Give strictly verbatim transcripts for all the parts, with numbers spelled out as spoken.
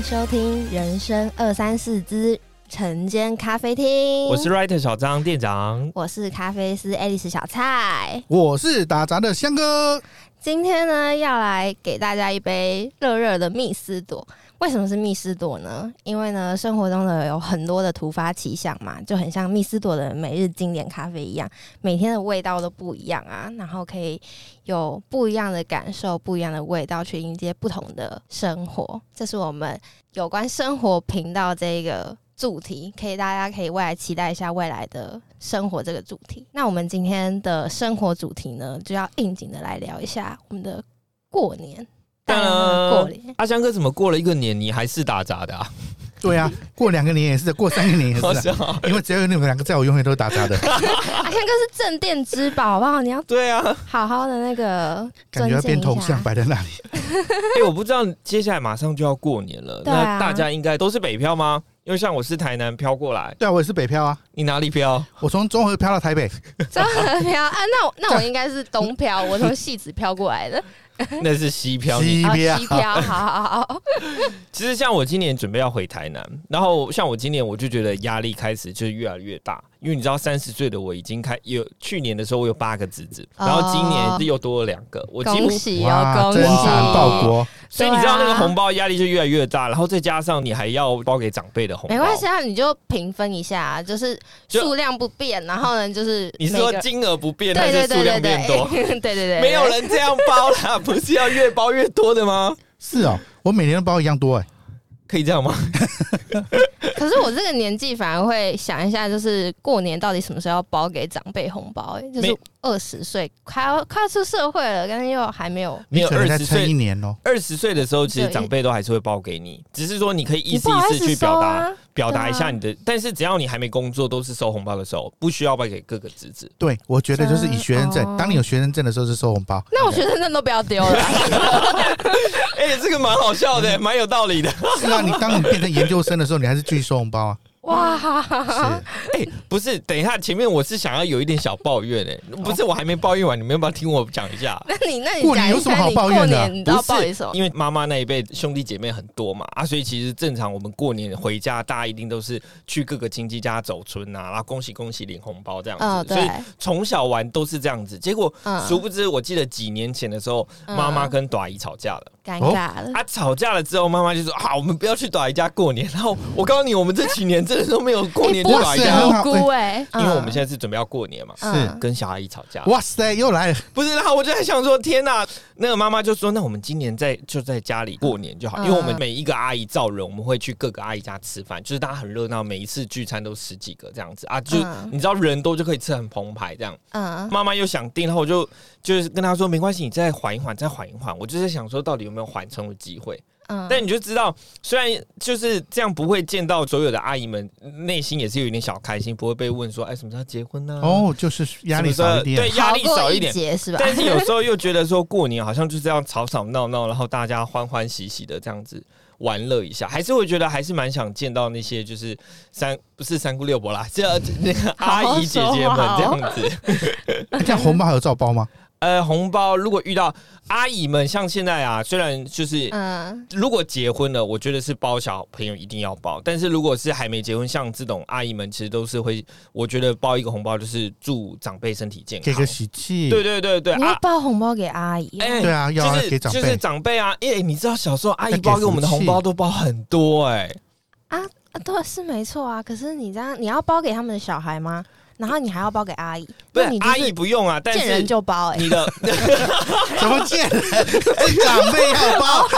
收听人生二三四之晨间咖啡厅， 我是 Writer 小张店长， 我是咖啡师 Alice 小蔡， 我是打杂的香哥。 今天呢，要来给大家一杯热热的蜜丝朵。为什么是蜜丝朵呢？因为呢，生活中的有很多的突发奇想嘛，就很像蜜丝朵的每日经典咖啡一样，每天的味道都不一样啊，然后可以有不一样的感受、不一样的味道去迎接不同的生活。这是我们有关生活频道这个主题，可以大家可以未来期待一下未来的生活这个主题。那我们今天的生活主题呢，就要应景的来聊一下我们的过年。当然过年， 阿香哥怎么过了一个年，你还是打杂的啊？ 对啊，过两个年也是，过三个年也是、啊，因为只要有你们两个在，我永远都是打杂的。 阿香哥是镇店之宝，好不好？你要对啊， 好好的那个感觉要变头像摆在那里。 哎、欸，我不知道接下来马上就要过年了， 对啊、 那大家应该都是北漂吗？因为像我是台南漂过来， 对啊，我也是北漂啊。 你哪里漂？ 我从中和漂到台北。 中和漂啊，那我那我应该是东漂，我从汐止漂过来的。 那是西漂， 西漂， 西漂，好好好。 其实像我今年准备要回台南，然后像我今年我就觉得压力开始就越来越大，因为你知道三十岁的我已经开有去年的时候我有八个侄子，然后今年又多了两个，我几乎恭喜哦，恭喜！ 真惨报国。 所以你知道那个红包压力就越来越大，然后再加上你还要包给长辈的红包， 没关系啊，你就平分一下，就是数量不变，然后呢就是你是说金额不变，但是数量变多？ 对对 对, 对, 对， 没有人这样包啦，不是要越包越多的吗？ 是哦，我每年都包一样多哎、欸， 可以这样吗？ 可是我这个年纪反而会想一下，就是过年到底什么时候要包给长辈红包、欸？就是二十岁快要快要出社会了，但是又还没有没有二十岁一年哦。 二十岁的时候，其实长辈都还是会包给你，只是说你可以意思意思去表达、啊、表达一下你的、啊。但是只要你还没工作，都是收红包的时候，不需要包给各个侄子。 对，我觉得就是以学生证，哦、当你有学生证的时候是收红包。 那我学生证都不要丢了。 哎、欸，这个蛮好笑的，蛮有道理的。 是啊，你当你变成研究生的时候，你还是继续收红包啊。 哇， 哎、欸，不是，等一下，前面我是想要有一点小抱怨哎，不是，我还没抱怨完，你们要不要听我讲一下？ 那你那你过年有什么好抱怨的、啊？ 你知道抱怨什么？ 因为妈妈那一辈兄弟姐妹很多嘛啊，所以其实正常我们过年回家，大家一定都是去各个亲戚家走春啊，然后恭喜恭喜领红包这样子， 哦、 所以从小玩都是这样子。结果、嗯、殊不知，我记得几年前的时候，妈妈跟大姨吵架了。 尴尬了、哦、 啊！吵架了之后，妈妈就说：“好、啊，我们不要去大姨家过年。”然后我告诉你，我们这几年真的都没有过年去大姨家。 无辜哎， 因为我们现在是准备要过年嘛， 是跟小阿姨吵架。 哇塞，又来了！ 不是，然后我就在想说，天哪！那个妈妈就说：“那我们今年在就在家里过年就好，因为我们每一个阿姨造人，我们会去各个阿姨家吃饭，就是大家很热闹，每一次聚餐都十几个这样子啊，就、嗯、你知道人多就可以吃很澎湃这样。嗯，妈妈又想定，然后我就就是跟她说没关系，你再缓一缓，再缓一缓。我就在想说，到底有没有缓冲的机会？嗯，但你就知道，虽然就是这样不会见到所有的阿姨们，内心也是有一点小开心，不会被问说，哎，什么时候结婚呢、啊？ 哦，就是压力少一点， 对，压力少一点， 一是吧？ 但是有时候又觉得说过年好像就是要吵吵闹闹，然后大家欢欢喜喜的这样子玩乐一下，还是会觉得还是蛮想见到那些就是三不是三姑六婆啦，这那个阿姨姐姐们这样子。 那这样红包还有照包吗？ 呃，红包如果遇到阿姨们，像现在啊，虽然就是，嗯，如果结婚了，我觉得是包小朋友一定要包，但是如果是还没结婚，像这种阿姨们，其实都是会，我觉得包一个红包就是祝长辈身体健康， 给个喜气。 对对对对， 你要包红包给阿姨、啊？ 哎、欸， 对啊，要给长辈， 就是长辈啊，因、欸、为你知道小时候阿姨包给我们的红包都包很多哎、 欸，啊，对，是没错啊，可是你这样，你要包给他们的小孩吗？然后你还要包给阿姨， 不是阿姨不用啊，但是见人就包哎、欸， 你的怎么见人？长辈要包。 oh,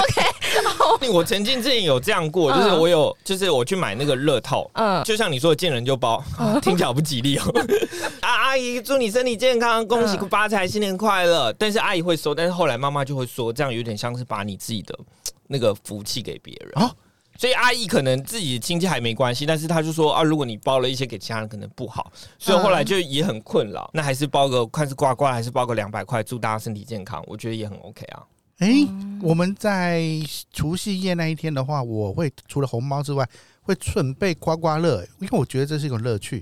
OK， 我曾经之前有这样过，就是我有，就是我去买那个乐透，嗯，就像你说的见人就包，啊、听起来不吉利哦。啊，阿姨祝你身体健康，恭喜发财，新年快乐。但是阿姨会说，但是后来妈妈就会说，这样有点像是把你自己的那个福气给别人啊。所以阿姨可能自己的亲戚还没关系，但是他就说啊，如果你包了一些给其他人，可能不好，所以后来就也很困扰。那还是包个看是刮刮，还是包个两百块，祝大家身体健康，我觉得也很 OK 啊。 哎、欸，我们在除夕夜那一天的话，我会除了红包之外，会准备刮刮乐，因为我觉得这是一种乐趣。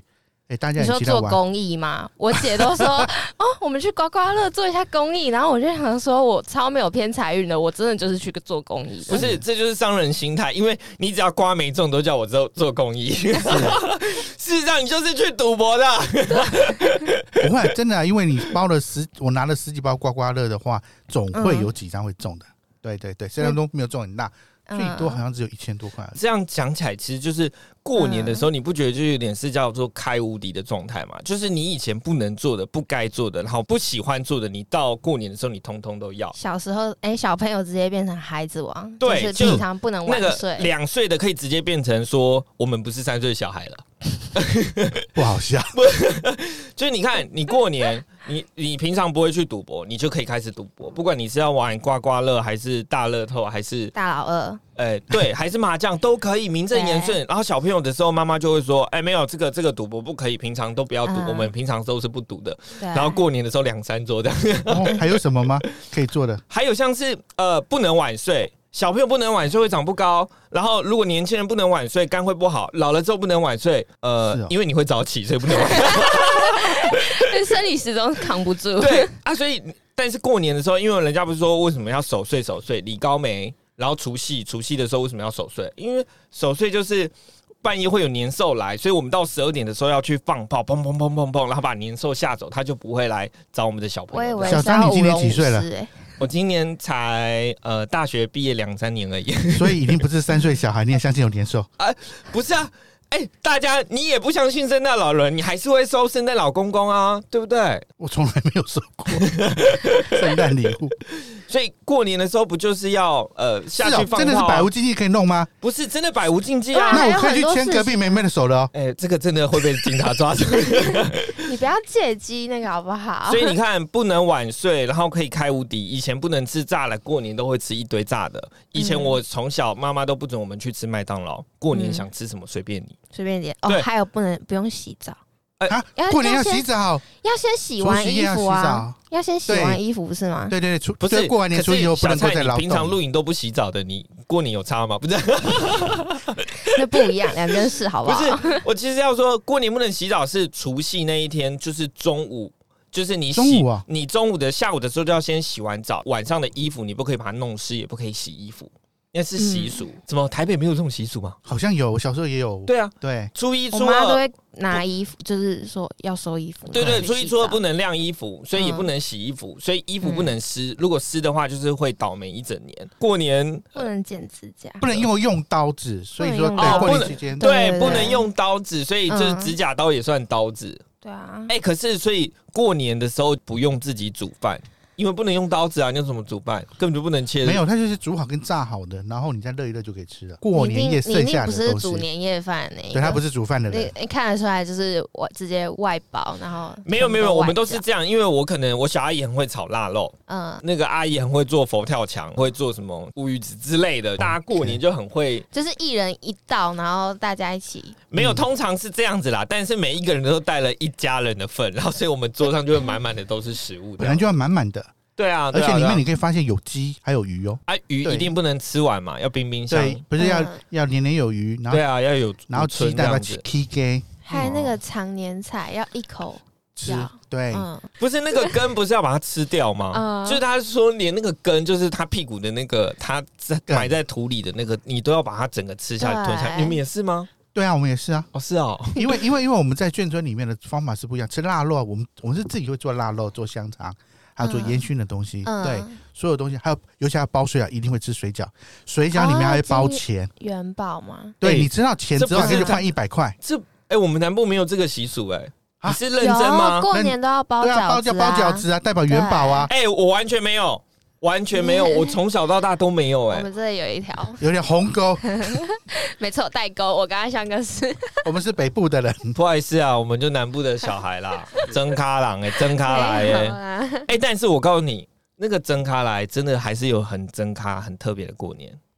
哎，大家你说很期待玩做公益吗？我姐都说哦，我们去刮刮乐做一下公益，然后我就想说，我超没有偏财运的，我真的就是去做公益的。 不是，这就是商人心态，因为你只要刮没中，都叫我做做公益。事实上，你就是去赌博的。 不会，真的、啊，因为你包了十，我拿了十几包刮刮乐的话，总会有几张会中的。嗯、对对对，虽然都没有中很大。最多好像只有一千多块。 这样讲起来，其实就是过年的时候，你不觉得就有点是叫做开无敌的状态吗？就是你以前不能做的、不该做的，然后不喜欢做的，你到过年的时候，你通通都要。 小时候，哎、欸，小朋友直接变成孩子王， 对， 就是平常不能晚睡。 那个两岁的可以直接变成说，我们不是三岁小孩了。 不好笑， 就是你看，你过年，你你平常不会去赌博，你就可以开始赌博。不管你是要玩刮刮乐，还是大乐透，还是大老二， 哎、欸，对，还是麻将，都可以名正言顺。然后小朋友的时候，妈妈就会说：“哎、欸，没有这个这个赌博不可以，平常都不要赌，嗯、我们平常都是不赌的。”然后过年的时候两三桌这样。 哦，还有什么吗？可以做的？ 还有像是呃，不能晚睡。小朋友不能晚睡会长不高，然后如果年轻人不能晚睡，肝会不好。老了之后不能晚睡，呃，哦、因为你会早起，所以不能晚睡。 生理时钟扛不住。 对啊，所以但是过年的时候，因为人家不是说为什么要守岁守岁，李高梅，然后除夕除夕的时候为什么要守岁？因为守岁就是半夜会有年兽来，所以我们到十二点的时候要去放炮，砰砰砰砰砰，然后把年兽吓走，他就不会来找我们的小朋友。 小张，你今年几岁了？ 我今年才呃大学毕业两三年而已， 所以已经不是三岁小孩，你也相信有年兽啊？不是啊，哎、欸，大家你也不相信圣诞老人，你还是会收圣诞老公公啊，对不对？ 我从来没有收过圣诞礼物， 所以过年的时候不就是要呃下去放炮、啊？ 真的是百无禁忌可以弄吗？ 不是真的百无禁忌啊！ 那我可以去牵隔壁妹妹的手了哦。 哎、欸，这个真的会被警察抓住。 你不要借机那个好不好？ 所以你看，不能晚睡，然后可以开无敌。以前不能吃炸的，过年都会吃一堆炸的。以前我从小妈妈都不准我们去吃麦当劳，过年想吃什么随便你， 随便点。哦，还有不能不用洗澡。 啊！过年要洗澡， 要先洗完衣服啊，要先洗完衣服不是吗？ 对对对，不是过完年初一后不能够再劳动。 平常露营都不洗澡的，你过年有差吗？不是， 那不一样，两件事好不好？ 不是，我其实要说，过年不能洗澡是除夕那一天，就是中午。就是你洗中午啊， 你中午的下午的时候就要先洗完澡，晚上的衣服你不可以把它弄湿，也不可以洗衣服。那是习俗，嗯、怎么台北没有这种习俗吗？ 好像有，我小时候也有。 对啊， 对， 初一初二我妈都会拿衣服，就是说要收衣服。 对对，初一初二不能晾衣服，所以也不能洗衣服，嗯、所以衣服不能湿。嗯、如果湿的话，就是会倒霉一整年。过年不能剪指甲， 不能用用刀子，所以说对过年期间对不能用刀子，所以就是指甲刀也算刀子。 对啊， 哎、欸，可是所以过年的时候不用自己煮饭。因为不能用刀子啊，你用什么煮饭？根本就不能切。 没有，它就是煮好跟炸好的，然后你再热一热就可以吃了。过年夜剩下的都是。 你不是煮年夜饭那个？ 对，他不是煮饭的人。 你看得出来，就是我直接外包，然后没有没有，我们都是这样。因为我可能我小阿姨很会炒腊肉，嗯，那个阿姨很会做佛跳墙，会做什么乌鱼子之类的。大家过年就很会， 就是一人一道，然后大家一起。 没有，通常是这样子啦，但是每一个人都带了一家人的份，然后所以我们桌上就会满满的都是食物， 本来就要满满的。 对啊， 而且里面你可以发现有鸡还有鱼哦。 啊，鱼一定不能吃完嘛，要冰冰箱。 对，不是要、嗯、要年年有余。然后对啊，要有， 然后鸡蛋要吃 K K， 还有那个常年菜要一口吃。对、 嗯， 不是那个根不是要把它吃掉吗？嗯、就是他说连那个根，就是他屁股的那个，他埋在土里的那个，你都要把它整个吃下来吞下来。你们也是吗？ 对啊，我们也是啊。 哦，是哦， 因为因为因为我们在眷村里面的方法是不一样，吃腊肉，我们我们是自己会做腊肉，做香肠。还有做烟熏的东西，嗯、对，所有东西，还有尤其要包水饺，一定会吃水饺。水饺里面还会包钱， 元宝吗？ 对，欸、你知道钱之后可以换一百块。 这，哎、欸，我们南部没有这个习俗、欸，哎、啊，你是认真吗？ 过年都要包饺子、啊， 对啊，包饺包饺子啊，代表元宝啊。 哎、欸，我完全没有。完全没有，我从小到大都没有哎、欸。 我们这里有一条， 有点鸿沟。 没错，代沟。我刚刚像个是， 我们是北部的人， 不好意思啊，我们就南部的小孩啦。真咖郎哎，真咖来哎、欸，哎、欸，但是我告诉你，那个真咖来真的还是有很真咖、很特别的过年。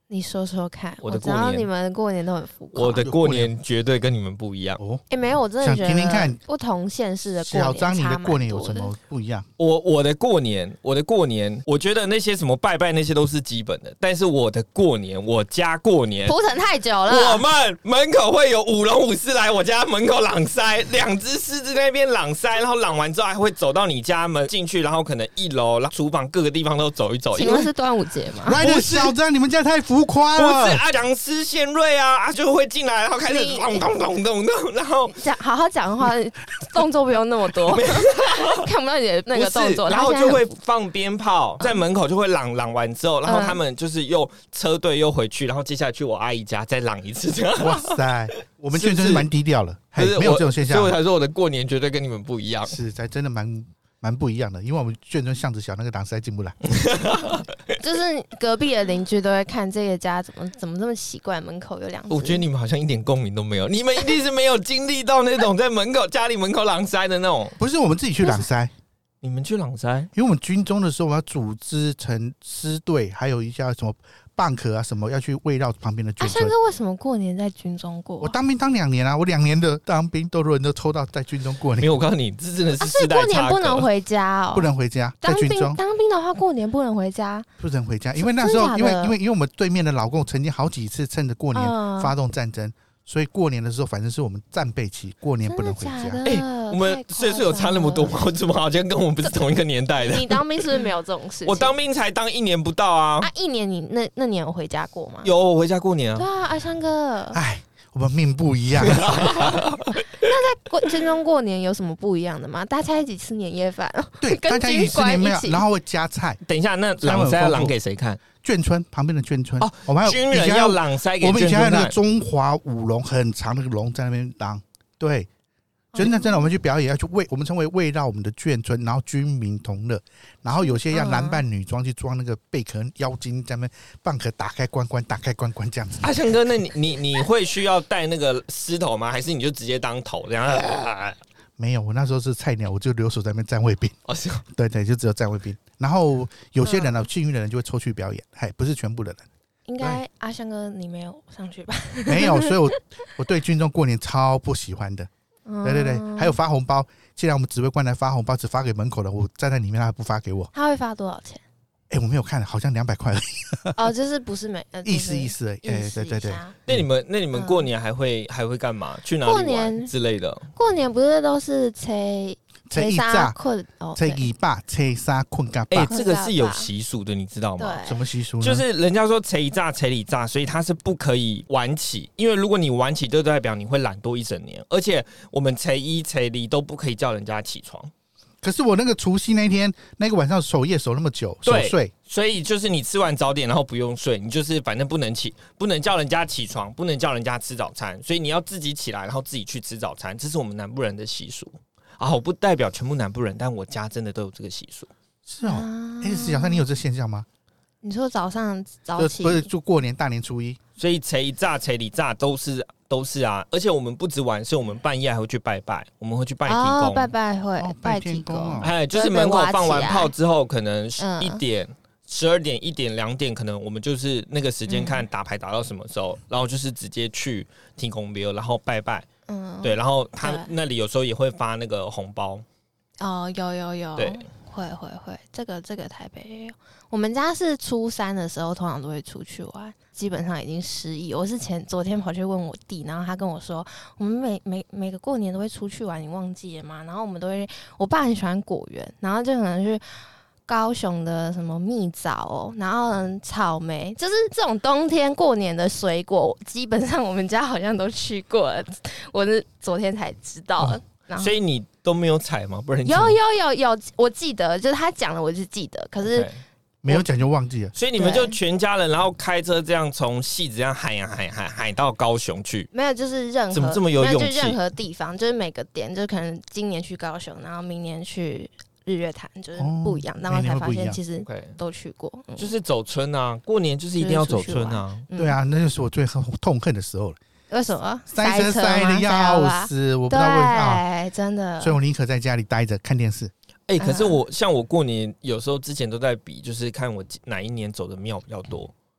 你说说看， 我的过年， 我知道你们过年都很浮夸。 我的过年绝对跟你们不一样哦。 哎、欸，没有，我真的觉得听听看不同县市的过年小张，你的过年有什么不一样？ 我我的过年，我的过年，我觉得那些什么拜拜那些都是基本的，但是我的过年，我家过年铺陈太久了。 我们门口会有舞龙舞狮来我家门口朗塞，两只狮子那边朗塞，然后朗完之后还会走到你家门进去，然后可能一楼、然后厨房各个地方都走一走。 请问是端午节吗？ 不是小张，你们家太浮夸了。 不是啊，讲师献瑞啊，啊就会进来，然后开始咚咚咚咚咚，然后讲好好讲的话，动作不用那么多，看不到你的那个动作， 然后就会放鞭炮，在门口就会朗朗完之后，然后他们就是又车队又回去，然后接下来去我阿姨家再朗一次，这样。 哇塞，我们确实是蛮低调了，没有这种现象， 所以我才说我的过年绝对跟你们不一样， 是才真的蛮。蛮不一样的，因为我们眷村巷子小，那个挡塞进不来。 就是隔壁的邻居都会看这个家怎么怎么这么奇怪，门口有两只。 我觉得你们好像一点共鸣都没有，你们一定是没有经历到那种在门口家里门口挡塞的那种。 不是我们自己去挡塞， 你们去挡塞， 因为我们军中的时候，我们要组织成师队，还有一些什么蚌壳啊什么，要去围绕旁边的眷村。 阿香哥为什么过年在军中过、啊？ 我当兵当两年啊，我两年的当兵都人都抽到在军中过年。 没有，我告诉你，这真的是世代差隔、 啊、所以过年不能回家哦， 不能回家，在军中当兵的话，过年不能回家， 不能回家，因为那时候因为因为因为我们对面的老共曾经好几次趁着过年发动战争。嗯，所以过年的时候，反正是我们战备期，过年不能回家。 哎、欸，我们岁数有差那么多吗？我怎么好像跟我们不是同一个年代的？ 你当兵是不是没有这种事情？ 我当兵才当一年不到啊！ 啊，一年你那那年有回家过吗？ 有，我回家过年啊。 对啊，阿香哥。 哎，我们命不一样。 那在军中过年有什么不一样的吗？大家一起吃年夜饭， 对，大家一起吃年夜饭，然后会加菜。 等一下，那朗塞要朗给谁看？ 眷村旁边的眷村哦，我们还有军人要朗塞给眷村看。 我们以前还有那个中华舞龙，很长的龙在那边朗，对，真的真的，我们去表演要去为我们称为围绕我们的眷村，然后军民同乐，然后有些要男扮女装去装那个贝壳妖精，在那边蚌壳打开关关，打开关关这样子。 阿强哥，那你你你会需要带那个狮头吗？还是你就直接当头这样？ 没有，我那时候是菜鸟，我就留守在那边站卫兵。 哦，是， 对对，就只有站卫兵。然后有些人呢、啊，幸运的人就会抽去表演，嗨，不是全部的人。 应该阿香哥你没有上去吧？ 没有，所以我我对军中过年超不喜欢的。嗯、对对对，还有发红包，既然我们指挥官来发红包，只发给门口的，我站在里面，他还不发给我。 他会发多少钱？ 哎、欸，我没有看，好像两百块而已。 哦，就是不是每、呃就是、 意思意思而已。哎、欸，对对对。 那你们那你们过年还会、嗯、还会干嘛？去哪里玩之类的？ 过年不是都是初初一早困，初二八，初三困觉。 哎，这个是有习俗的，你知道吗？ 什么习俗呢？ 就是人家说初一早，初二早，所以它是不可以晚起，因为如果你晚起，就代表你会懒惰一整年。而且我们初一、初二都不可以叫人家起床。 可是我那个除夕那天，那个晚上守夜守那么久，守睡， 所以就是你吃完早点，然后不用睡，你就是反正不能起，不能叫人家起床，不能叫人家吃早餐，所以你要自己起来，然后自己去吃早餐，这是我们南部人的习俗啊。我不代表全部南部人，但我家真的都有这个习俗。 是哦，哎、欸，史小三，你有这现象吗？ 你说早上早起， 不是就过年大年初一， 所以初一早、初二早都是。都是啊，而且我们不止晚是我们半夜还会去拜拜，我们会去拜天公、 哦，拜拜会、哦、拜天公， 哎，就是门口放完炮之后，可能一点、十二点、一点、两点，可能我们就是那个时间看打牌打到什么时候，嗯、然后就是直接去天公庙，然后拜拜，嗯，对，然后他那里有时候也会发那个红包， 哦，有有有， 对。 会会会，这个这个台北也有。我们家是初三的时候，通常都会出去玩，基本上已经失忆。我是前昨天跑去问我弟，然后他跟我说，我们每每每个过年都会出去玩，你忘记了吗？然后我们都会，我爸很喜欢果园，然后就可能去高雄的什么蜜枣哦，然后草莓，就是这种冬天过年的水果，基本上我们家好像都去过了。我是昨天才知道的。 哦，所以你都没有踩吗？不然有有有有，我记得，就是他讲了，我就记得。可是、okay. 没有讲就忘记了。 所以你们就全家人，然后开车这样从汐止这样海呀海海海到高雄去？ 没有，就是任何怎么这么有勇气？ 就任何地方，就是每个点，就是可能今年去高雄，然后明年去日月潭，就是不一样。然后才发现其实都去过，嗯、 就是走春啊，过年就是一定要走春啊。 嗯、 对啊，那就是我最痛恨的时候了。 为什么塞车塞的要死？我不知道为什么， 对，真的。 所以我宁可在家里待着看电视。 哎、欸，可是我像我过年有时候之前都在比，就是看我哪一年走的庙比较多。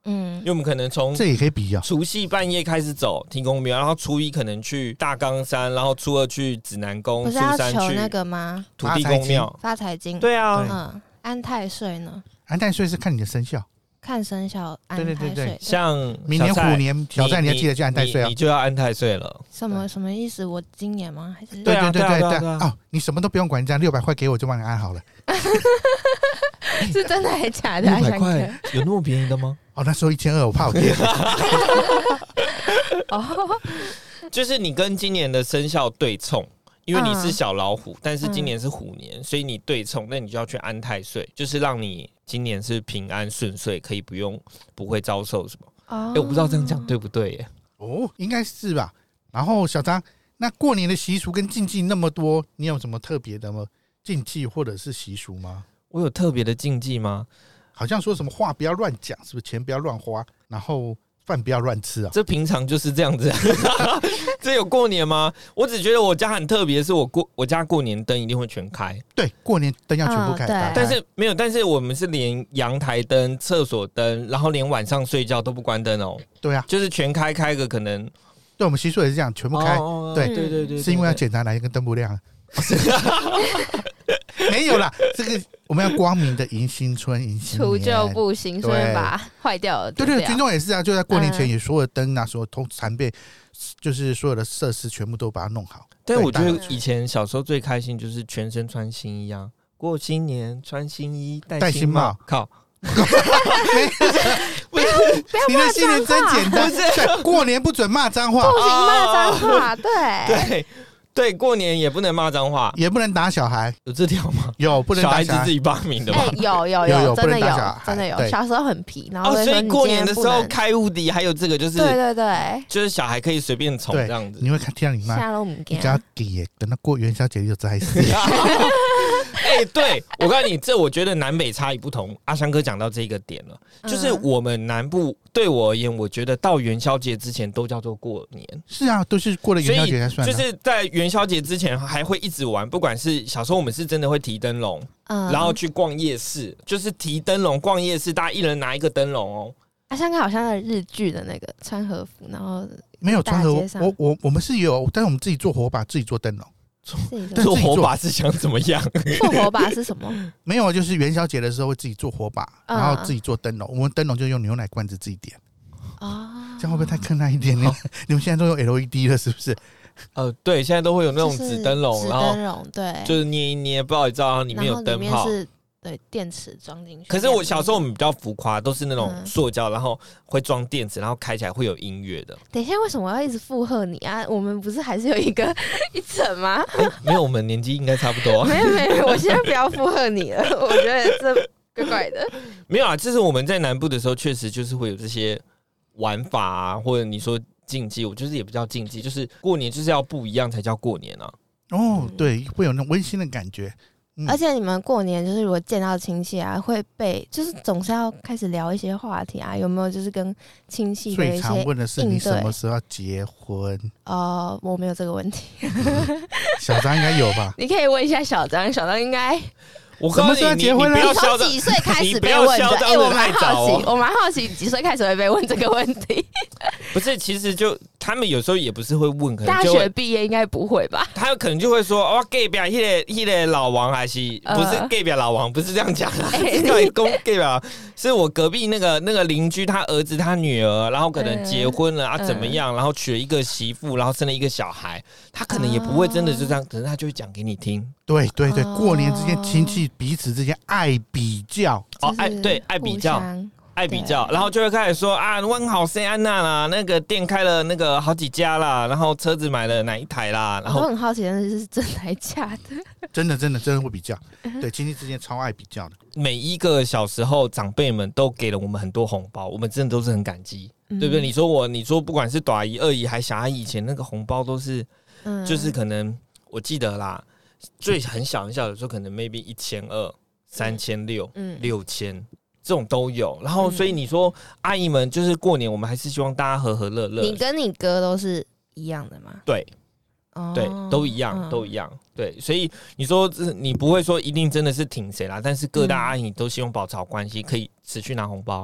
嗯，因为我们可能从这也可以比较， 除夕半夜开始走提公庙，然后初一可能去大冈山，然后初二去指南宫， 不是要初三去求那个吗？ 土地公庙发财金。 对啊， 嗯，安太岁呢？ 安太岁是看你的生肖， 看生肖安太岁。对对对对， 像明年虎年，小蔡你要记得去安太岁啊， 你就要安太岁了。 什么什么意思？我今年吗？还是对对对对对哦，你什么都不用管，你这样六百块给我就帮你安好了。 是真的还是假的？ 六百块有那么便宜的吗？ 哦，那时候一千二，我怕我跌。 哦， 就是你跟今年的生肖对冲，因为你是小老虎，嗯、但是今年是虎年，嗯、所以你对冲，那你就要去安太岁，就是让你今年是平安顺遂，可以不用不会遭受什么。哦，欸、我不知道这样讲对不对耶？ 哦，应该是吧。然后小张，那过年的习俗跟禁忌那么多，你有什么特别的吗？禁忌或者是习俗吗？ 我有特别的禁忌吗？ 好像说什么话不要乱讲，是不是？钱不要乱花，然后饭不要乱吃啊。 这平常就是这样子，这有过年吗？我只觉得我家很特别，是我过我家过年灯一定会全开。 对，过年灯要全部开， 哦、 但是没有，但是我们是连阳台灯、厕所灯，然后连晚上睡觉都不关灯哦。 对啊， 就是全开，开个可能。 对，我们习俗也是这样，全部开。 哦、 对对对 对, 对， 是因为要检查哪一根灯不亮。没有啦，这个我们要光明的迎新春、迎新年， 除旧布新，所以把坏掉了。 对对，军中也是啊，就在过年前，也所有的灯啊，所有通残备，就是所有的设施全部都把它弄好。 但我觉得以前小时候最开心就是全身穿新衣啊，过新年穿新衣，戴新帽，靠。 不是，你的新年真简单，对，过年不准骂脏话， 不行骂脏话，对对对，过年也不能骂脏话， 也不能打小孩， 有这条吗？ 有，不能打小孩， 小孩子自己发明的吗？ 欸、有有有有， 真的有， 真的有。小时候很皮，然后哦，所以过年的时候开无敌，还有这个就是， 对对对， 就是小孩可以随便宠这样子。 你会看听到你妈，你只要给，等到过元宵节就栽死。 哎、欸，对我告诉你，这我觉得南北差异不同。阿香哥讲到这个点了，就是我们南部对我而言，我觉得到元宵节之前都叫做过年。 是啊，都是过了元宵节才算。 就是在元宵节之前还会一直玩，不管是小时候我们是真的会提灯笼，嗯、然后去逛夜市，就是提灯笼逛夜市，大家一人拿一个灯笼哦。 阿香哥好像在日剧的那个穿和服，然后没有穿和服，我我我们是有，但是我们自己做火把，自己做灯笼。 做火把是想怎么样？ 做火把是什么？ 没有，就是元宵节的时候会自己做火把，然后自己做灯笼。我们灯笼就用牛奶罐子自己点。啊，这样会不会太坑那一点？你们现在都用 L E D 了，是不是？ 呃，对，现在都会有那种纸灯笼，然后灯笼对， 就是捏一捏，不好意思啊，里面有灯泡。 对，电池装进去。 可是我小时候我们比较浮夸，都是那种塑胶，嗯、然后会装电池，然后开起来会有音乐的。 等一下，为什么要一直附和你啊？我们不是还是有一个一层吗？ 欸？没有，我们年纪应该差不多。 没有没有，我现在不要附和你了，我觉得这怪怪的。 没有啊，这是我们在南部的时候，确实就是会有这些玩法啊，或者你说禁忌，我就是也不叫禁忌，就是过年就是要不一样才叫过年啊。 哦，对，会有那种温馨的感觉。 而且你们过年就是如果见到亲戚啊，会被就是总是要开始聊一些话题啊，有没有就是跟亲戚的一些最常问的是你什么时候要结婚？ 哦、呃，我没有这个问题。 小张应该有吧？ 你可以问一下小张，小张应该。 我告诉你， 你你你从几岁开始被问的？哎、欸，我蛮好奇，我蛮好奇几岁开始会被问这个问题。 不是，其实就他们有时候也不是会问，可能大学毕业应该不会吧？ 他可能就会说：“哦 ，gay 表，那个那个老王还是、呃、不是 gay 表老王？不是这样讲的。欸、公 gay 表是我隔壁那个那个邻居，他儿子他女儿，然后可能结婚了、嗯、啊，怎么样？然后娶了一个媳妇，然后生了一个小孩，他可能也不会真的就这样，可是他就会讲给你听。 对对对，过年之间亲戚彼此之间爱比较， 哦，爱对爱比较。”爱比较，然后就会开始说啊，我很好生安娜啦，那个店开了那个好几家啦，然后车子买了哪一台啦，然后我很好奇，但是是真的还假的？ 真的真的真的会比较，对亲戚之间超爱比较的。 每一个小时候长辈们都给了我们很多红包，我们真的都是很感激，嗯、对不对？你说我，你说不管是大姨、二姨还小阿姨，以前那个红包都是，嗯、就是可能我记得啦，最很小很小的时候，可能 maybe 一千二、三千六、六千。这种都有，然后所以你说、嗯、阿姨们就是过年，我们还是希望大家和和乐乐。 你跟你哥都是一样的吗？ 对，哦、对，都一样，嗯、都一样。对，所以你说你不会说一定真的是挺谁啦，但是各大阿姨都希望保持好关系，可以持续拿红包啊。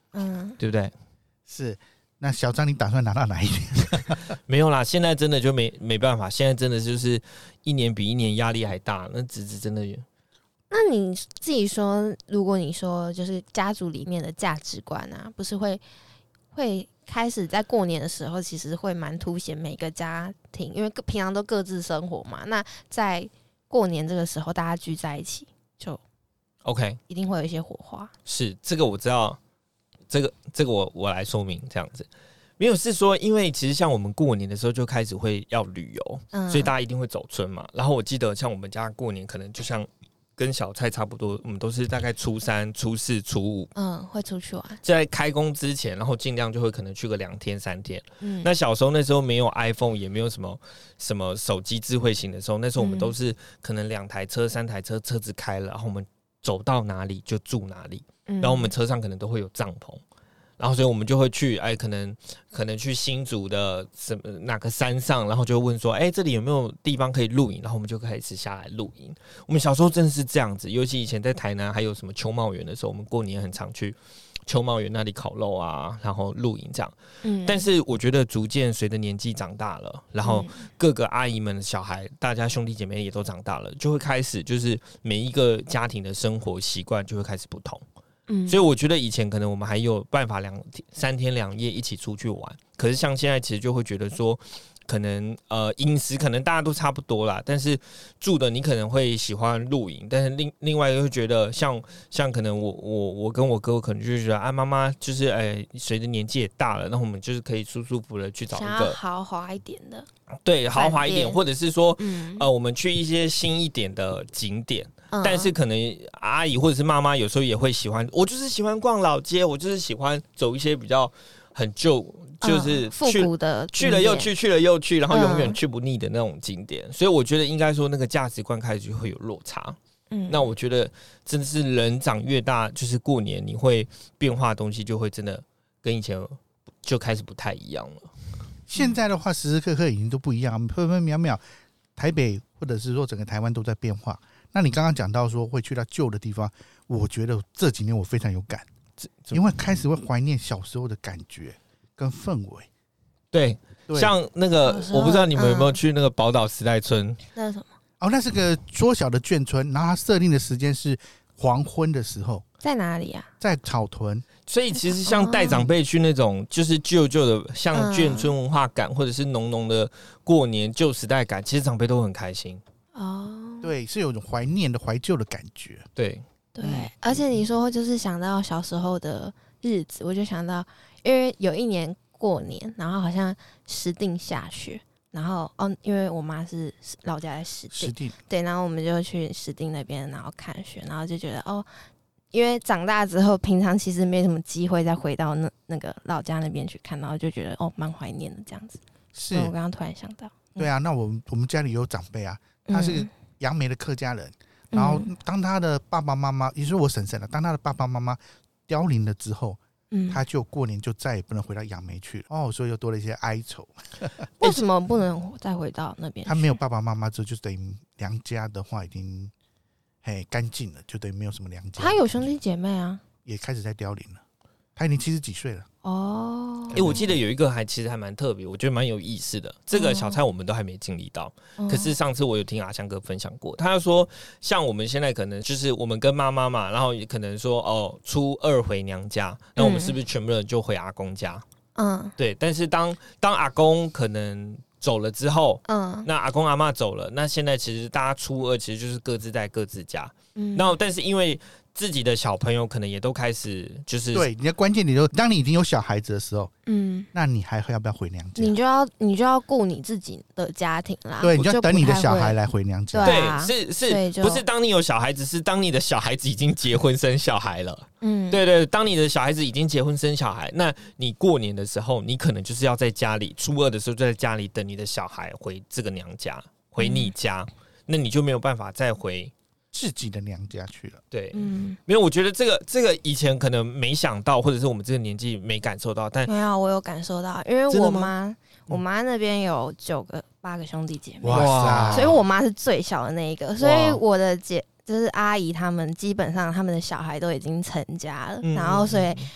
嗯，对不对？ 是。那小张，你打算拿到哪一年？ 没有啦，现在真的就没没办法，现在真的就是一年比一年压力还大。那侄子真的有。 那你自己说，如果你说就是家族里面的价值观啊，不是会会开始在过年的时候，其实会蛮凸显每个家庭，因为平常都各自生活嘛。那在过年这个时候，大家聚在一起，就 OK， 一定会有一些火花。 是这个我知道。这个这个我我来说明这样子，没有是说，因为其实像我们过年的时候就开始会要旅游，嗯、所以大家一定会走春嘛。然后我记得像我们家过年，可能就像跟小蔡差不多，我们都是大概初三、初四、初五， 嗯，会出去玩。 在开工之前，然后尽量就会可能去个两天三天。嗯，那小时候那时候没有 iPhone， 也没有什么什么手机智慧型的时候，那时候我们都是可能两台车、三台车，车子开了，然后我们走到哪里就住哪里。然后我们车上可能都会有帐篷，然后所以我们就会去，哎，可能可能去新竹的什么哪个山上，然后就问说，哎，这里有没有地方可以露营？然后我们就开始下来露营。我们小时候真的是这样子，尤其以前在台南还有什么秋茂园的时候，我们过年很常去秋茂园那里烤肉啊，然后露营这样。嗯，但是我觉得逐渐随着年纪长大了，然后各个阿姨们的小孩，大家兄弟姐妹也都长大了，就会开始就是每一个家庭的生活习惯就会开始不同。嗯，所以我觉得以前可能我们还有办法两三天两夜一起出去玩，可是像现在其实就会觉得说，可能呃饮食可能大家都差不多啦，但是住的你可能会喜欢露营，但是另另外又觉得像像可能我我我跟我哥可能就觉得啊妈妈就是哎随着年纪也大了，那我们就是可以舒舒服服的去找一个豪华一点的， 对，豪华一点，或者是说、嗯、呃我们去一些新一点的景点。但是可能阿姨或者是妈妈有时候也会喜欢，我就是喜欢逛老街，我就是喜欢走一些比较很旧，就是复古的去了又去，去了又去，然后永远去不腻的那种景点。所以我觉得应该说那个价值观开始就会有落差。嗯，那我觉得真的是人长越大，就是过年你会变化的东西就会真的跟以前就开始不太一样了。 现在的话，时时刻刻已经都不一样，分分秒秒，台北或者是说整个台湾都在变化。那你刚刚讲到说会去到旧的地方，我觉得这几年我非常有感，因为开始会怀念小时候的感觉跟氛围。 对，对像那个我不知道你们有没有去那个宝岛时代村？ 那是什么？ 哦，那是个缩小的眷村，然后它设定的时间是黄昏的时候。 在哪里啊？ 在草屯。 所以其实像带长辈去那种就是旧旧的像眷村文化感，或者是浓浓的过年旧时代感，其实长辈都很开心。 哦， 对，是有种怀念的怀旧的感觉。 对对，而且你说就是想到小时候的日子，我就想到，因为有一年过年，然后好像石碇下雪，然后哦，因为我妈是老家在石碇，石碇对，然后我们就去石碇那边，然后看雪，然后就觉得哦，因为长大之后，平常其实没什么机会再回到那那个老家那边去看，然后就觉得哦，蛮怀念的这样子。 是我刚刚突然想到， 对啊，那我们我们家里有长辈啊。他是杨梅的客家人，嗯、然后当他的爸爸妈妈，也就是我婶婶了，当他的爸爸妈妈凋零了之后，嗯、他就过年就再也不能回到杨梅去了。哦，所以又多了一些哀愁。 为什么不能再回到那边？ 他没有爸爸妈妈之后，就等于娘家的话已经嘿干净了，就等于没有什么娘家。 他有兄弟姐妹啊， 也开始在凋零了。他已经七十几岁了。 哦， 哎、欸，我记得有一个还其实还蛮特别，我觉得蛮有意思的。这个小菜我们都还没经历到，哦、可是上次我有听阿香哥分享过，他说像我们现在可能就是我们跟妈妈嘛，然后也可能说哦初二回娘家，那我们是不是全部人就回阿公家？嗯，对。但是当当阿公可能走了之后，嗯，那阿公阿嬷走了，那现在其实大家初二其实就是各自在各自家，嗯，然后但是因为自己的小朋友可能也都开始就是对你的关键，你就当你已经有小孩子的时候，嗯，那你还要不要回娘家？ 你就要你就要顾你自己的家庭啦， 对，你就要等你的小孩来回娘家。 对，啊、是是，不是当你有小孩子，是当你的小孩子已经结婚生小孩了。嗯，对对，当你的小孩子已经结婚生小孩，那你过年的时候，你可能就是要在家里，初二的时候就在家里等你的小孩回这个娘家，回你家，嗯、那你就没有办法再回自己的娘家去了。 对，嗯，没有，我觉得这个这个以前可能没想到，或者是我们这个年纪没感受到，但没有，我有感受到，因为我妈我妈那边有九个八个兄弟姐妹，哇，所以我妈是最小的那一个，所以我的姐就是阿姨他们基本上他们的小孩都已经成家了，嗯、然后所以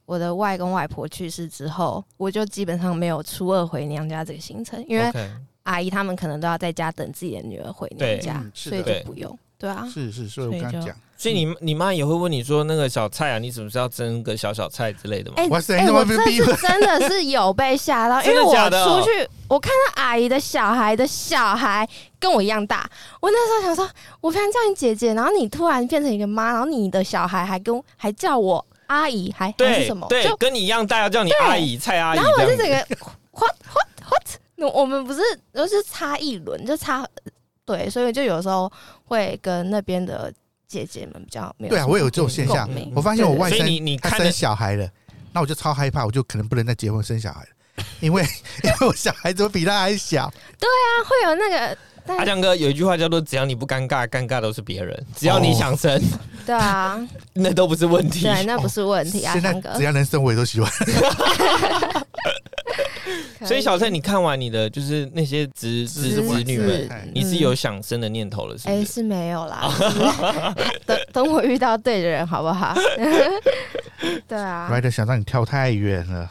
我的外公外婆去世之后，我就基本上没有初二回娘家这个行程，因为阿姨他们可能都要在家等自己的女儿回娘家，嗯、所以就不用。对啊， 是是，所以我刚刚讲， 所以你你妈也会问你说那个小菜啊，你什么时候要蒸个小小菜之类的吗？ 哎、欸，哇塞、欸，我这次真的是有被吓到，因为我出去，我看到阿姨的小孩的小孩跟我一样大，我那时候想说，我平常叫你姐姐，然后你突然变成一个妈，然后你的小孩还跟还叫我阿姨，还还是什么？ 对， 就跟你一样大，要叫你阿姨、蔡阿姨。 然后我就整个 what what what， 我们不是都是差一轮，就差。对，所以就有时候会跟那边的姐姐们比较没有。 对啊，我有这种现象。我发现我外甥他生小孩了，那我就超害怕，我就可能不能再结婚生小孩了，因为因为我小孩子比他还小。 对啊，会有那个阿强哥有一句话叫做“只要你不尴尬，尴尬都是别人”。只要你想生，哦、 对啊， 那都不是问题。 对，那不是问题。 哦、阿强哥只要能生，我也都喜欢。 所以小蔡，你看完你的就是那些侄侄子女们，你是有想生的念头了，是不是？ 哎、欸，是没有啦。等等我遇到对的人，好不好？对啊。 Ryder 想让你跳太远了。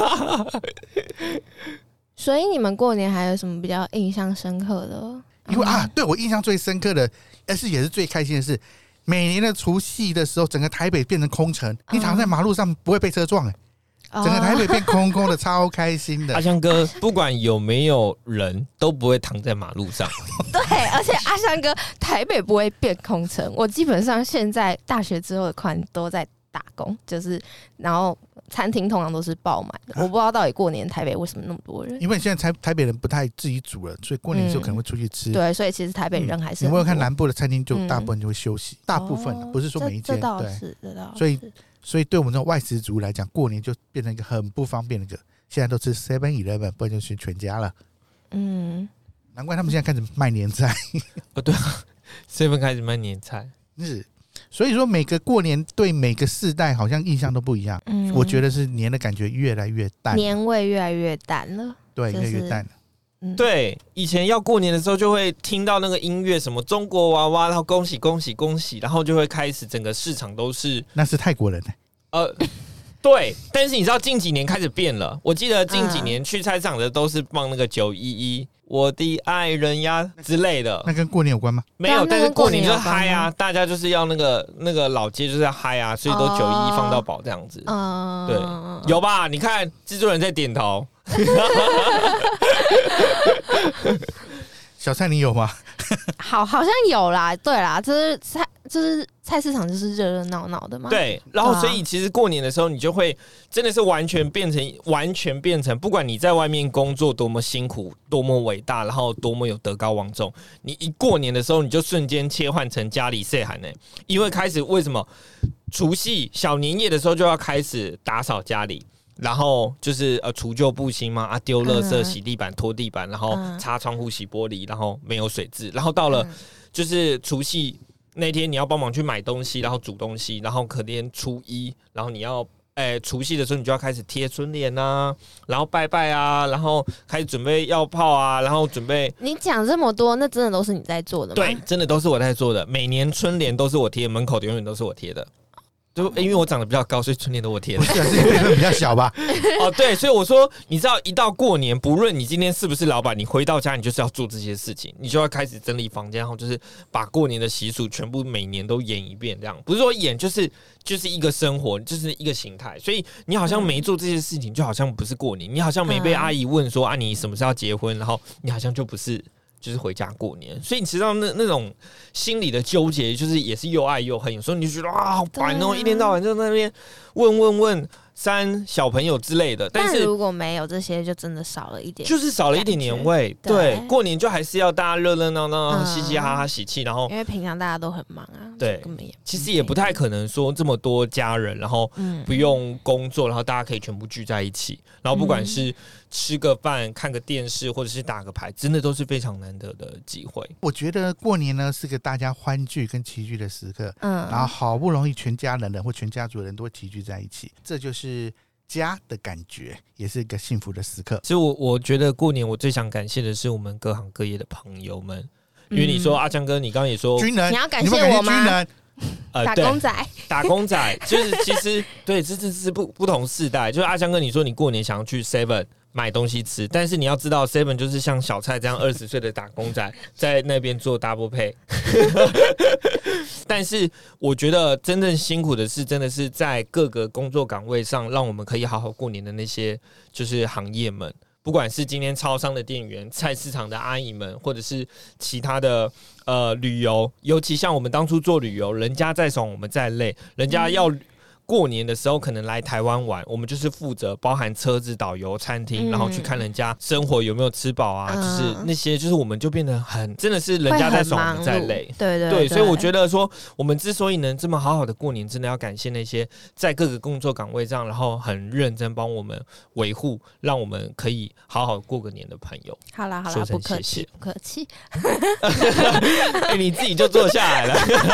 所以你们过年还有什么比较印象深刻的？ 因为啊，对我印象最深刻的，但是也是最开心的是，每年的除夕的时候，整个台北变成空城，你躺在马路上不会被车撞哎、欸。整个台北变空空的，超开心的。 阿香哥，不管有没有人都不会躺在马路上。 对，而且阿香哥，台北不会变空城。我基本上现在大学之后的款都在打工，就是然后餐厅通常都是爆满的。我不知道到底过年台北为什么那么多人。 因为现在台台北人不太自己煮了，所以过年的时候可能会出去吃。 嗯、对，所以其实台北人还是、嗯、 你有没有看南部的餐厅，就大部分就会休息，嗯、大部分、哦、不是说每一间。 这倒是，这倒是。 所以。所以对我们这种外食族来讲，过年就变成一个很不方便的一个。现在都吃 seven eleven， 不然就去全家了。嗯，难怪他们现在开始卖年菜。 哦，对啊 ，seven 开始卖年菜。 是，所以说每个过年对每个世代好像印象都不一样。嗯，我觉得是年的感觉越来越淡， 年味越来越淡了。 对，越来越淡了。 嗯、对，以前要过年的时候就会听到那个音乐，什么中国娃娃，然后恭喜恭喜恭喜，然后就会开始整个市场都是。 那是泰国人、欸。 呃，对，但是你知道近几年开始变了。我记得近几年去菜市场的都是放那个九一一，我的爱人呀之类的。 那跟过年有关吗？ 没有，但是过年就是嗨啊，大家就是要那个那个老街就是要嗨啊，所以都九一一放到饱这样子。嗯，对，有吧？你看制作人在点头。 小蔡，你有吗？ 好，好像有啦。对啦，就是菜，就是菜市场，就是热热闹闹的嘛。 对，然后所以其实过年的时候，你就会真的是完全变成，完全变成，不管你在外面工作多么辛苦、多么伟大，然后多么有德高望重，你一过年的时候，你就瞬间切换成家里岁寒呢，因为开始为什么除夕小年夜的时候就要开始打扫家里。然后就是呃除旧布新嘛，啊丢垃圾、洗地板、拖地板，然后擦窗户、洗玻璃，然后没有水渍，然后到了就是除夕那天你要帮忙去买东西，然后煮东西，然后可能初一，然后你要诶除夕的时候你就要开始贴春联啊，然后拜拜啊，然后开始准备药炮啊，然后准备。 你讲这么多，那真的都是你在做的吗？ 对，真的都是我在做的，每年春联都是我贴，门口的永远都是我贴的。就因为我长得比较高，所以春联都我贴的。 不是，是因为辈分比较小吧？ 哦，对，所以我说，你知道，一到过年，不论你今天是不是老板，你回到家，你就是要做这些事情，你就要开始整理房间，然后就是把过年的习俗全部每年都演一遍，这样不是说演，就是就是一个生活，就是一个形态。所以你好像没做这些事情，就好像不是过年；你好像没被阿姨问说啊，你什么时候要结婚，然后你好像就不是。就是回家过年，所以你知道那那种心理的纠结，就是也是又爱又恨。有时候你就觉得啊，好烦哦，一天到晚就在那边问问问三小朋友之类的。但是如果没有这些，就真的少了一点， 就是少了一点年味。对，对过年就还是要大家热热闹闹、嘻嘻哈哈、喜气。然后因为平常大家都很忙啊， 对，其实也不太可能说这么多家人，然后不用工作，然后大家可以全部聚在一起，然后不管是。吃个饭、看个电视，或者是打个牌，真的都是非常难得的机会。 我觉得过年呢是个大家欢聚跟齐聚的时刻，嗯，然后好不容易全家人或全家族的人都会齐聚在一起，这就是家的感觉，也是一个幸福的时刻。 其实我我觉得过年我最想感谢的是我们各行各业的朋友们，因为你说、嗯、阿强哥，你刚刚也说军人， 你要感谢我吗？ 军人。 呃、打工仔， 打工仔就是其实对，这这是不不同世代。就是阿香哥，你说你过年想要去 Seven 买东西吃，但是你要知道 Seven 就是像小蔡这样二十岁的打工仔在那边做 double pay。但是我觉得真正辛苦的是，真的是在各个工作岗位上，让我们可以好好过年的那些就是行业们。不管是今天超商的店员、菜市场的阿姨们，或者是其他的呃旅游，尤其像我们当初做旅游，人家再爽我们再累，人家要过年的时候可能来台湾玩，我们就是负责包含车子、导游、餐厅，然后去看人家生活有没有吃饱啊，嗯、就是那些，就是我们就变得很真的是人家在爽，我们在累， 对对对, 对，所以我觉得说，我们之所以能这么好好的过年，真的要感谢那些在各个工作岗位上，然后很认真帮我们维护，让我们可以好好过个年的朋友。 好啦好啦，不客气不客气。 哎、欸，你自己就坐下来了。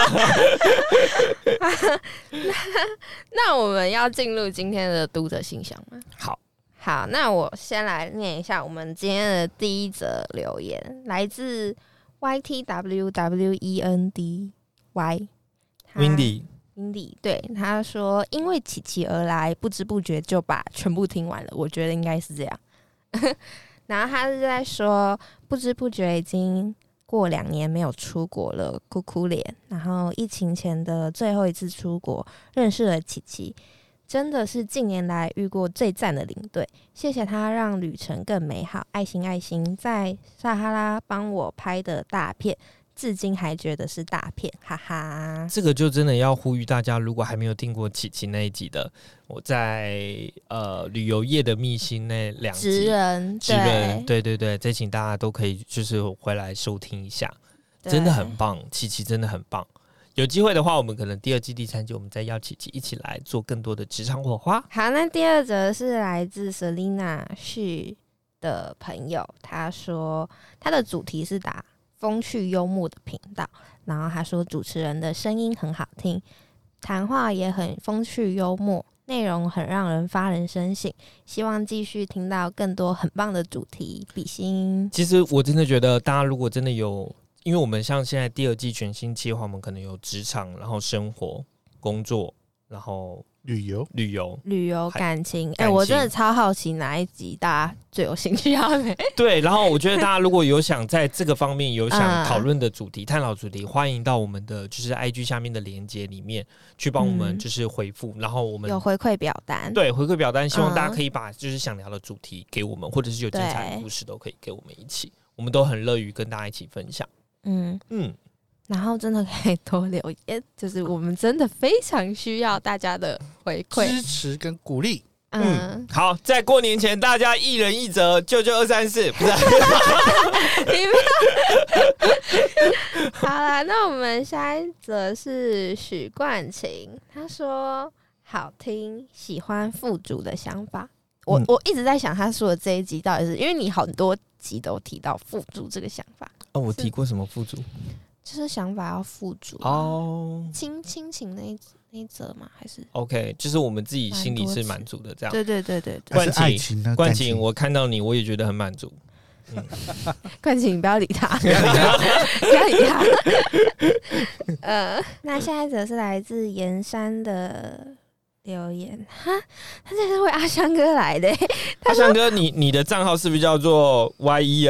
那我们要进入今天的读者信箱吗？ 好， 好，那我先来念一下我们今天的第一则留言，来自 Y T W W E N D Y Windy Windy， 对，他说因为琪琪而来，不知不觉就把全部听完了，我觉得应该是这样。然后他是在说，不知不觉已经过两年没有出国了，哭哭脸。然后疫情前的最后一次出国，认识了琪琪，真的是近年来遇过最赞的领队。谢谢他让旅程更美好，爱心爱心，在撒哈拉帮我拍的大片，至今还觉得是大片，哈哈。 这个就真的要呼吁大家，如果还没有听过琪琪那一集的，我在呃旅游业的秘辛那两集， 职人， 职人，对对对，再请大家都可以就是回来收听一下，真的很棒，琪琪真的很棒。有机会的话，我们可能第二季、第三季，我们再邀琪琪一起来做更多的职场火花。 好，那第二则是来自 Selina 旭的朋友，他说他的主题是打风趣幽默的频道，然后他说主持人的声音很好听，谈话也很风趣幽默，内容很让人发人深省，希望继续听到更多很棒的主题。比心， 其实我真的觉得，大家如果真的有，因为我们像现在第二季全新计划，我们可能有职场，然后生活、工作，然后旅游、 旅游、 旅游、感情。哎、欸，我真的超好奇哪一集大家最有兴趣要没？ 对，然后我觉得大家如果有想在这个方面有想讨论的主题、嗯、探讨主题，欢迎到我们的就是 I G 下面的连结里面去帮我们就是回复、嗯，然后我们有回馈表单， 对，回馈表单，希望大家可以把就是想聊的主题给我们，嗯、或者是有精彩的故事都可以给我们一起，我们都很乐于跟大家一起分享。嗯嗯。 然后真的可以多留言，就是我们真的非常需要大家的回馈、 支持跟鼓励。 嗯，嗯好，在过年前大家一人一则，救救二三四，不是？ 你不要。好啦，那我们下一则是许冠琴，他说好听，喜欢副主的想法。我、嗯、我一直在想，他说的这一集到底是因为你很多集都提到副主这个想法。 哦，我提过什么副主？ 就是想法要付诸哦，亲亲情那一那一则吗？还是 OK？ 就是我们自己心里是满足的，这样。 对对对对对。 冠琴，冠琴，我看到你，我也觉得很满足。嗯、 冠琴，你不要理他，不要理他，不要理他。呃，那下一则是来自盐山的留言，哈，他这是为阿香哥来的。 阿香哥，你你的账号是不是叫做 Y E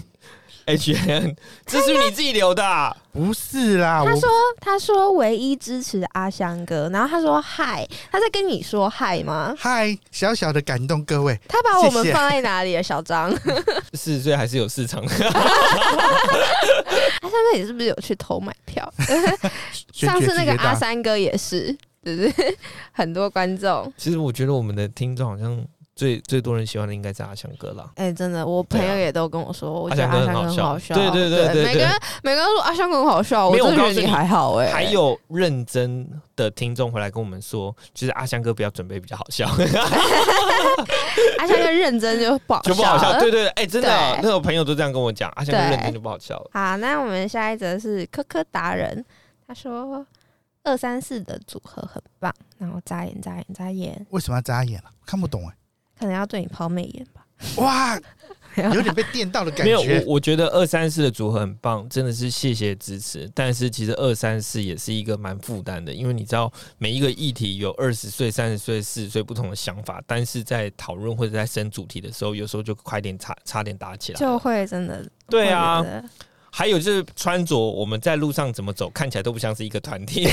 N？H N， 这是你自己留的、啊？ 不是啦， 他说他说唯一支持阿香哥，然后他说嗨，他在跟你说嗨吗？ 嗨，小小的感动各位。 他把我们放在哪里了，小张？ 四十岁还是有市场的。 阿香哥，你是不是有去偷买票？上次那个阿三哥也是，对不对？很多观众。 其实我觉得我们的听众好像。最最多人喜欢的应该是阿香哥啦。 哎、欸，真的，我朋友也都跟我说，啊、我觉得阿香哥很好笑。 对对对 对, 对, 对， 每个人每个人说阿香哥很好笑，我真的觉得你还好哎、欸。 还有认真的听众回来跟我们说，就是阿香哥不要准备比较好笑。 阿香哥认真就不好笑， 就不好笑。对对对，哎、欸，真的、啊，那个朋友都这样跟我讲，阿香哥认真就不好笑了。 好，那我们下一则是科科达人，他说二三四的组合很棒，然后眨眼眨眼眨眼。 为什么要眨眼啊？看不懂哎、欸。 可能要对你抛媚眼吧。 哇，有点被电到的感觉。 没有，我我觉得二三四的组合很棒，真的是谢谢支持。但是其实二三四也是一个蛮负担的，因为你知道每一个议题有二十岁、三十岁、四十岁不同的想法，但是在讨论或者在生主题的时候，有时候就快点差差点打起来， 就会真的对啊。还有就是穿着，我们在路上怎么走，看起来都不像是一个团体。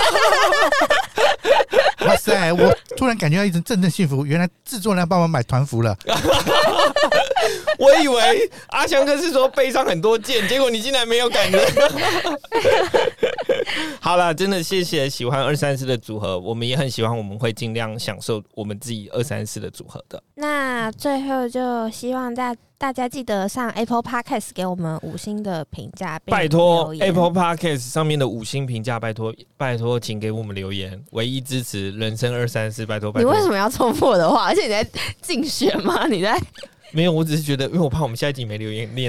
哇塞！我突然感觉到一阵阵阵幸福，原来制作人要帮我买团服了。 我以为阿翔哥是说背上很多件，结果你竟然没有感觉。好啦，真的谢谢喜欢二三四的组合，我们也很喜欢，我们会尽量享受我们自己二三四的组合的。 那最后就希望大大家记得上 Apple Podcast 给我们五星的评价， 拜托 Apple Podcast 上面的五星评价，拜托拜托，请给我们留言，唯一支持人生二三四，拜托拜托。 你为什么要重复我的话？而且你在竞选吗？你在？ 没有，我只是觉得，因为我怕我们下一集没留言念。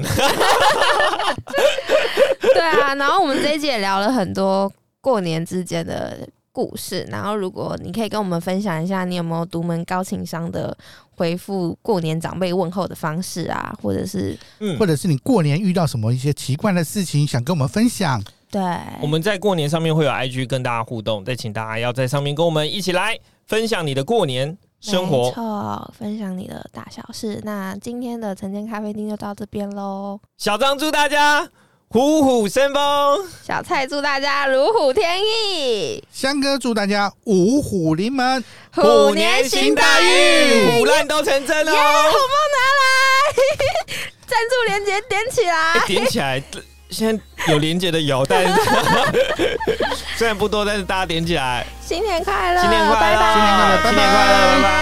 对啊，然后我们这一集也聊了很多过年之间的故事，然后如果你可以跟我们分享一下，你有没有独门高情商的回复过年长辈问候的方式啊，或者是、 嗯、或者是你过年遇到什么一些奇怪的事情想跟我们分享。 对， 我们在过年上面会有 I G 跟大家互动，再请大家要在上面跟我们一起来分享你的过年生活， 没错，分享你的大小事。那今天的晨间咖啡厅就到这边喽。 小张祝大家虎虎生风， 小蔡祝大家如虎添翼， 香哥祝大家五虎临门， 虎年行大运， 虎烂都成真哦！ 红包拿来，赞助连结点起来， 欸、点起来。现在有连结的有，但是虽然不多，但是大家点起来。 新年快乐， 新年快乐， 拜拜， 新年快乐，拜拜。